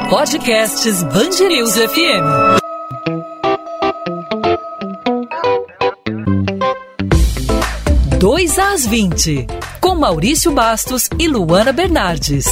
Podcasts BandNews FM. Dois às 20, com Maurício Bastos e Luana Bernardes.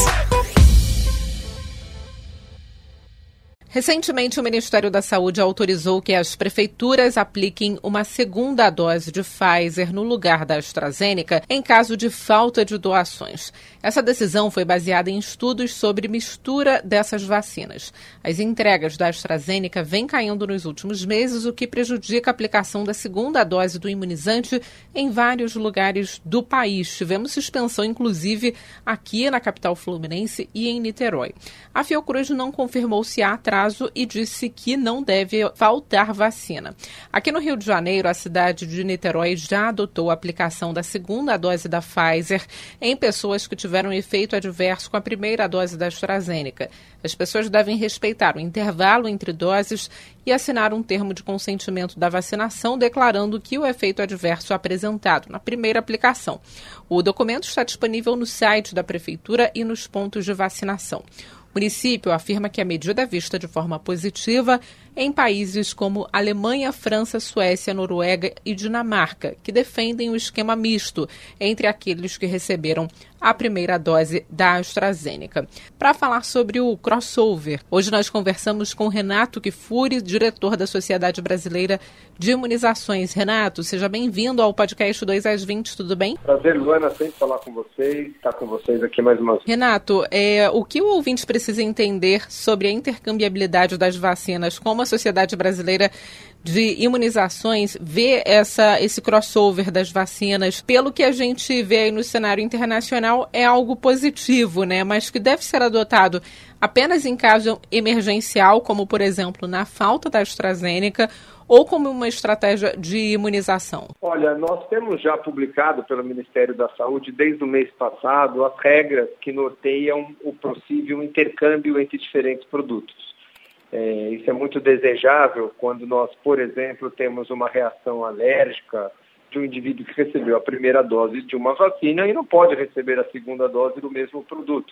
Recentemente, o Ministério da Saúde autorizou que as prefeituras apliquem uma segunda dose de Pfizer no lugar da AstraZeneca em caso de falta de doações. Essa decisão foi baseada em estudos sobre mistura dessas vacinas. As entregas da AstraZeneca vêm caindo nos últimos meses, o que prejudica a aplicação da segunda dose do imunizante em vários lugares do país. Tivemos suspensão, inclusive, aqui na capital fluminense e em Niterói. A Fiocruz não confirmou se há atraso e disse que não deve faltar vacina. Aqui no Rio de Janeiro, a cidade de Niterói já adotou a aplicação da segunda dose da Pfizer em pessoas que tiveram efeito adverso com a primeira dose da AstraZeneca. As pessoas devem respeitar o intervalo entre doses e assinar um termo de consentimento da vacinação declarando que o efeito adverso apresentado na primeira aplicação. O documento está disponível no site da Prefeitura e nos pontos de vacinação. O município afirma que a medida é vista de forma positiva em países como Alemanha, França, Suécia, Noruega e Dinamarca, que defendem o esquema misto entre aqueles que receberam a primeira dose da AstraZeneca. Para falar sobre o crossover, hoje nós conversamos com Renato Kfouri, diretor da Sociedade Brasileira de Imunizações. Renato, seja bem-vindo ao podcast 2 às 20, tudo bem? Prazer, Luana, sempre falar com vocês, estar com vocês aqui mais uma vez. Renato, o que o ouvinte precisa entender sobre a intercambiabilidade das vacinas, como a Sociedade Brasileira de Imunizações vê esse crossover das vacinas? Pelo que a gente vê aí no cenário internacional, é algo positivo, né? Mas que deve ser adotado apenas em caso emergencial, como, por exemplo, na falta da AstraZeneca, ou como uma estratégia de imunização? Olha, nós temos já publicado pelo Ministério da Saúde, desde o mês passado, as regras que norteiam o possível intercâmbio entre diferentes produtos. Isso é muito desejável quando nós, por exemplo, temos uma reação alérgica de um indivíduo que recebeu a primeira dose de uma vacina e não pode receber a segunda dose do mesmo produto.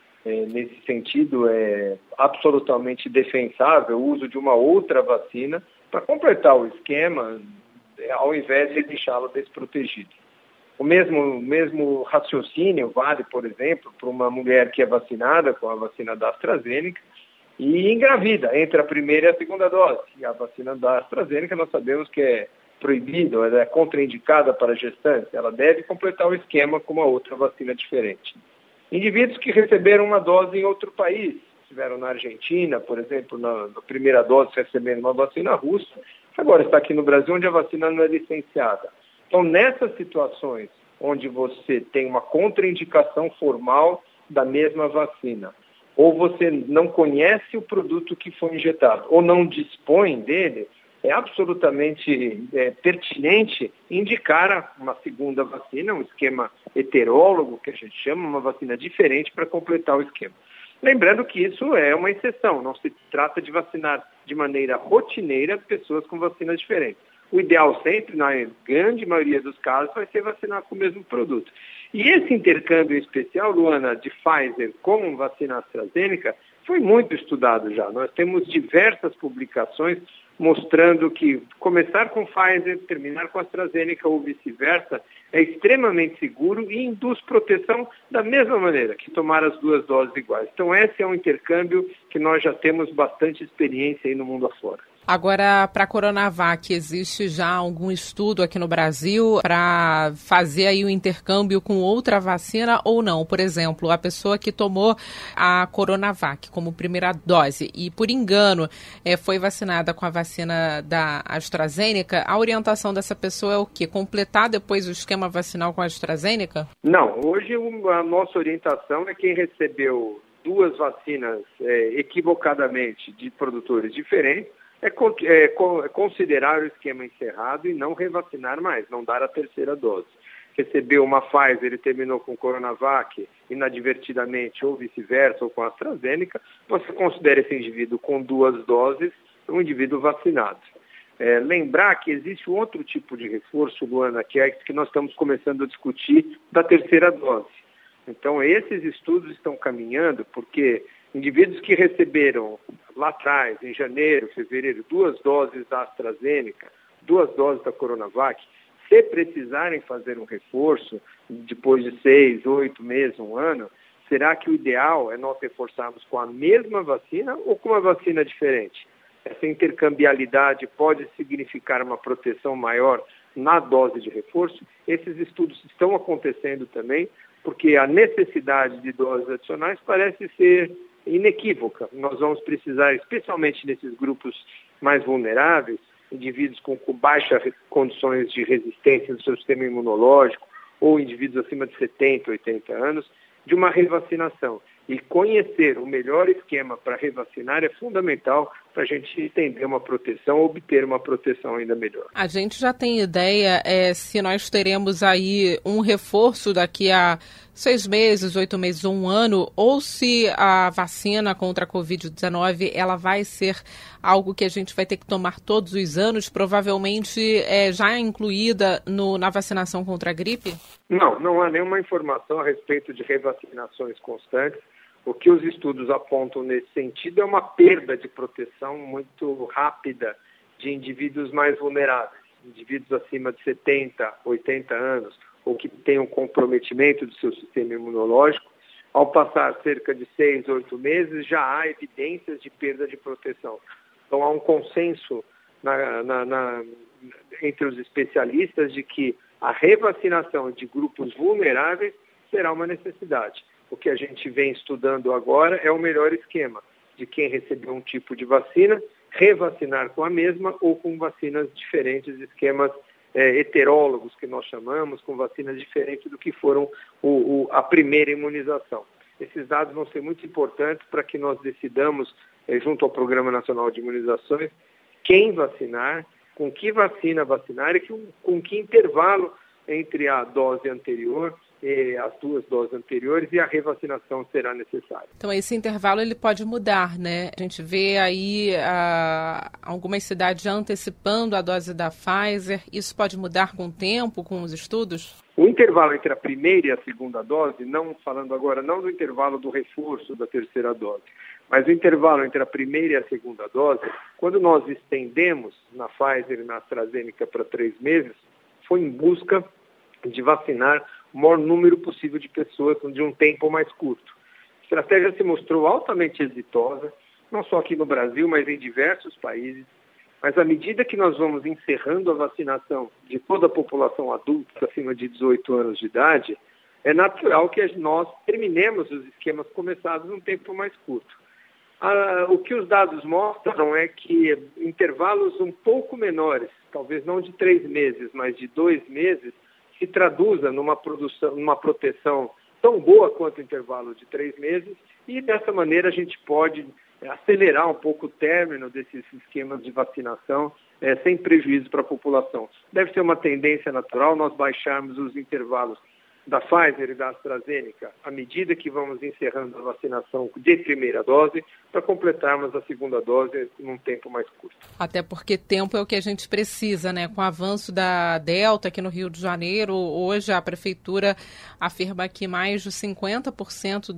Nesse sentido, é absolutamente defensável o uso de uma outra vacina para completar o esquema, ao invés de deixá-lo desprotegido. O mesmo raciocínio vale, por exemplo, para uma mulher que é vacinada com a vacina da AstraZeneca e engravida entre a primeira e a segunda dose. E a vacina da AstraZeneca nós sabemos que é proibida, ela é contraindicada para gestantes, ela deve completar o esquema com uma outra vacina diferente. Indivíduos que receberam uma dose em outro país, estiveram na Argentina, por exemplo, na primeira dose recebendo uma vacina russa, agora está aqui no Brasil onde a vacina não é licenciada. Então, nessas situações onde você tem uma contraindicação formal da mesma vacina, ou você não conhece o produto que foi injetado, ou não dispõe dele, é absolutamente pertinente indicar uma segunda vacina, um esquema heterólogo, que a gente chama, uma vacina diferente para completar o esquema. Lembrando que isso é uma exceção, não se trata de vacinar de maneira rotineira pessoas com vacinas diferentes. O ideal sempre, na grande maioria dos casos, vai ser vacinar com o mesmo produto. E esse intercâmbio especial, Luana, de Pfizer com vacina AstraZeneca, foi muito estudado já. Nós temos diversas publicações mostrando que começar com Pfizer, terminar com AstraZeneca ou vice-versa, é extremamente seguro e induz proteção da mesma maneira que tomar as duas doses iguais. Então esse é um intercâmbio que nós já temos bastante experiência aí no mundo afora. Agora, para a Coronavac, existe já algum estudo aqui no Brasil para fazer aí o intercâmbio com outra vacina ou não? Por exemplo, a pessoa que tomou a Coronavac como primeira dose e, por engano, foi vacinada com a vacina da AstraZeneca, a orientação dessa pessoa é o quê? Completar depois o esquema vacinal com a AstraZeneca? Não, hoje a nossa orientação é quem recebeu duas vacinas equivocadamente de produtores diferentes, considerar o esquema encerrado e não revacinar mais, não dar a terceira dose. Recebeu uma Pfizer e terminou com Coronavac inadvertidamente ou vice-versa, ou com AstraZeneca, você considera esse indivíduo com duas doses um indivíduo vacinado. Lembrar que existe outro tipo de reforço, Luana, que é que nós estamos começando a discutir da terceira dose. Então, esses estudos estão caminhando porque Indivíduos que receberam lá atrás, em janeiro, fevereiro, 2 doses da AstraZeneca, 2 doses da Coronavac, se precisarem fazer um reforço depois de 6, 8 meses, 1 ano, será que o ideal é nós reforçarmos com a mesma vacina ou com uma vacina diferente? Essa intercambialidade pode significar uma proteção maior na dose de reforço. Esses estudos estão acontecendo também, porque a necessidade de doses adicionais parece ser inequívoca. Nós vamos precisar, especialmente nesses grupos mais vulneráveis, indivíduos com baixas condições de resistência do seu sistema imunológico ou indivíduos acima de 70, 80 anos, de uma revacinação. E conhecer o melhor esquema para revacinar é fundamental para a gente entender uma proteção, obter uma proteção ainda melhor. A gente já tem ideia se nós teremos aí um reforço daqui a 6 meses, 8 meses ou 1 ano, ou se a vacina contra a Covid-19 ela vai ser algo que a gente vai ter que tomar todos os anos, provavelmente já incluída na vacinação contra a gripe? Não há nenhuma informação a respeito de revacinações constantes. O que os estudos apontam nesse sentido é uma perda de proteção muito rápida de indivíduos mais vulneráveis, indivíduos acima de 70, 80 anos, ou que tenham comprometimento do seu sistema imunológico. Ao passar cerca de 6, 8 meses, já há evidências de perda de proteção. Então há um consenso entre os especialistas de que a revacinação de grupos vulneráveis será uma necessidade. O que a gente vem estudando agora é o melhor esquema de quem recebeu um tipo de vacina, revacinar com a mesma ou com vacinas diferentes, esquemas heterólogos que nós chamamos, com vacinas diferentes do que foram a primeira imunização. Esses dados vão ser muito importantes para que nós decidamos, junto ao Programa Nacional de Imunizações, quem vacinar, com que vacina vacinar e com que intervalo entre a dose anterior as 2 doses anteriores e a revacinação será necessária. Então esse intervalo ele pode mudar, né? A gente vê aí algumas cidades já antecipando a dose da Pfizer. Isso pode mudar com o tempo, com os estudos? O intervalo entre a primeira e a segunda dose, não falando agora não do intervalo do reforço da terceira dose, mas o intervalo entre a primeira e a segunda dose, quando nós estendemos na Pfizer e na AstraZeneca para 3 meses, foi em busca de vacinar o maior número possível de pessoas de um tempo mais curto. A estratégia se mostrou altamente exitosa, não só aqui no Brasil, mas em diversos países. Mas à medida que nós vamos encerrando a vacinação de toda a população adulta acima de 18 anos de idade, é natural que nós terminemos os esquemas começados num tempo mais curto. O que os dados mostram é que intervalos um pouco menores, talvez não de 3 meses, mas de 2 meses, se traduza numa proteção tão boa quanto o intervalo de 3 meses e dessa maneira a gente pode acelerar um pouco o término desses esquemas de vacinação sem prejuízo para a população. Deve ser uma tendência natural nós baixarmos os intervalos da Pfizer e da AstraZeneca à medida que vamos encerrando a vacinação de primeira dose para completarmos a segunda dose num tempo mais curto. Até porque tempo é o que a gente precisa, né? Com o avanço da Delta aqui no Rio de Janeiro, hoje a Prefeitura afirma que mais de 50%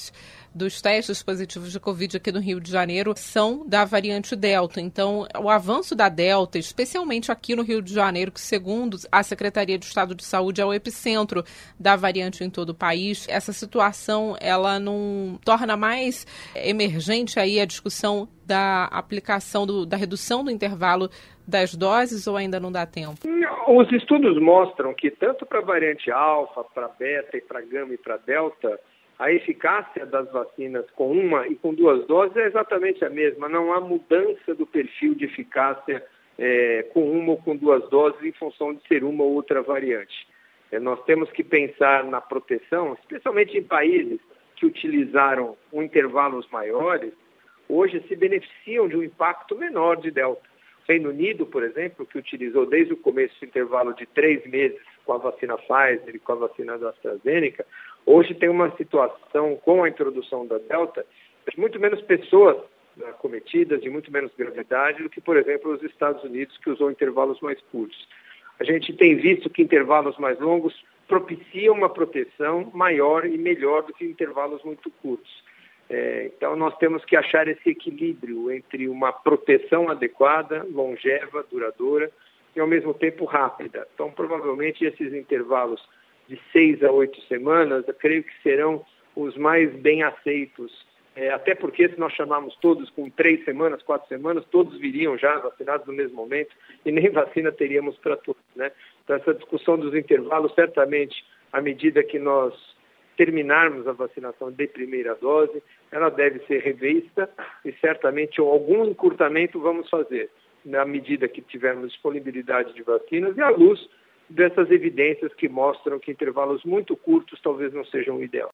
dos testes positivos de Covid aqui no Rio de Janeiro são da variante Delta. Então, o avanço da Delta, especialmente aqui no Rio de Janeiro, que segundo a Secretaria de Estado de Saúde é o epicentro da variante em todo o país, essa situação ela não torna mais emergente aí a discussão da aplicação, da redução do intervalo das doses ou ainda não dá tempo? Os estudos mostram que tanto para a variante alfa, para beta e para gama e para delta, a eficácia das vacinas com 1 e com 2 doses é exatamente a mesma. Não há mudança do perfil de eficácia com 1 ou com 2 doses em função de ser uma ou outra variante. Nós temos que pensar na proteção, especialmente em países que utilizaram intervalos maiores, hoje se beneficiam de um impacto menor de delta. O Reino Unido, por exemplo, que utilizou desde o começo o intervalo de 3 meses com a vacina Pfizer e com a vacina da AstraZeneca, hoje tem uma situação com a introdução da delta de muito menos pessoas acometidas, de muito menos gravidade do que, por exemplo, os Estados Unidos, que usou intervalos mais curtos. A gente tem visto que intervalos mais longos propiciam uma proteção maior e melhor do que intervalos muito curtos. Então, nós temos que achar esse equilíbrio entre uma proteção adequada, longeva, duradoura e, ao mesmo tempo, rápida. Então, provavelmente, esses intervalos de 6 a 8 semanas, eu creio que serão os mais bem aceitos. Até porque, se nós chamarmos todos com 3 semanas, 4 semanas, todos viriam já vacinados no mesmo momento e nem vacina teríamos para todos, né? Então, essa discussão dos intervalos, certamente, à medida que nós terminarmos a vacinação de primeira dose, ela deve ser revista e certamente algum encurtamento vamos fazer na medida que tivermos disponibilidade de vacinas e à luz dessas evidências que mostram que intervalos muito curtos talvez não sejam o ideal.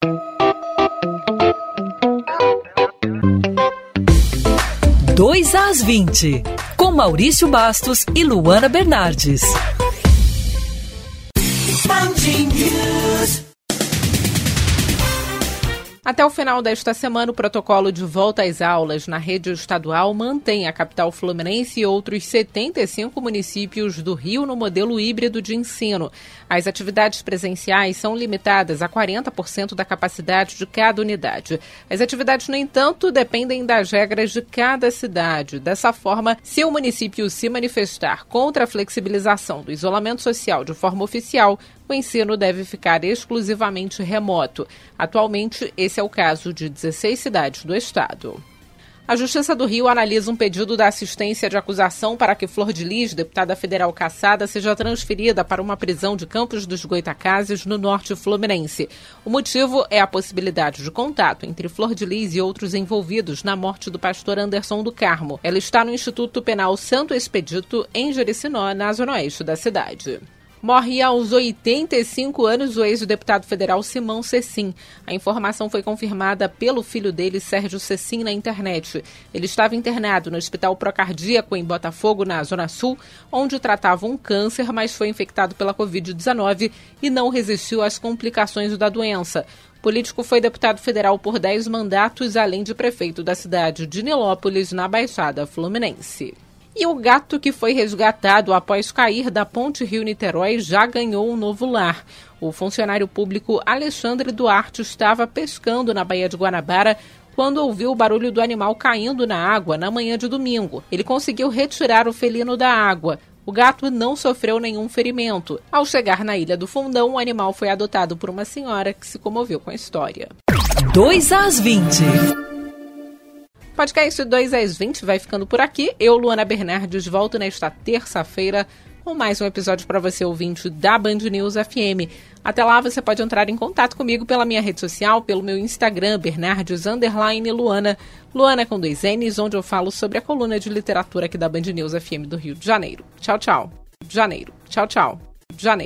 Dois às 20, com Maurício Bastos e Luana Bernardes. Até o final desta semana, o protocolo de volta às aulas na rede estadual mantém a capital fluminense e outros 75 municípios do Rio no modelo híbrido de ensino. As atividades presenciais são limitadas a 40% da capacidade de cada unidade. As atividades, no entanto, dependem das regras de cada cidade. Dessa forma, se o município se manifestar contra a flexibilização do isolamento social de forma oficial, o ensino deve ficar exclusivamente remoto. Atualmente, esse é o caso de 16 cidades do estado. A Justiça do Rio analisa um pedido da assistência de acusação para que Flor de Lis, deputada federal cassada, seja transferida para uma prisão de Campos dos Goitacazes, no norte fluminense. O motivo é a possibilidade de contato entre Flor de Lis e outros envolvidos na morte do pastor Anderson do Carmo. Ela está no Instituto Penal Santo Expedito, em Jericinó, na zona oeste da cidade. Morre aos 85 anos o ex-deputado federal Simão Cecim. A informação foi confirmada pelo filho dele, Sérgio Cecim, na internet. Ele estava internado no Hospital Procardíaco, em Botafogo, na Zona Sul, onde tratava um câncer, mas foi infectado pela Covid-19 e não resistiu às complicações da doença. O político foi deputado federal por 10 mandatos, além de prefeito da cidade de Nilópolis, na Baixada Fluminense. E o gato que foi resgatado após cair da Ponte Rio-Niterói já ganhou um novo lar. O funcionário público Alexandre Duarte estava pescando na Baía de Guanabara quando ouviu o barulho do animal caindo na água na manhã de domingo. Ele conseguiu retirar o felino da água. O gato não sofreu nenhum ferimento. Ao chegar na Ilha do Fundão, o animal foi adotado por uma senhora que se comoveu com a história. 2 às 20. Podcast 2 às 20 vai ficando por aqui. Eu, Luana Bernardes, volto nesta terça-feira com mais um episódio para você, ouvinte da Band News FM. Até lá, você pode entrar em contato comigo pela minha rede social, pelo meu Instagram, Bernardes_Luana. Luana com 2 N's, onde eu falo sobre a coluna de literatura aqui da Band News FM do Rio de Janeiro. Tchau, tchau. Janeiro. Tchau, tchau. Janeiro.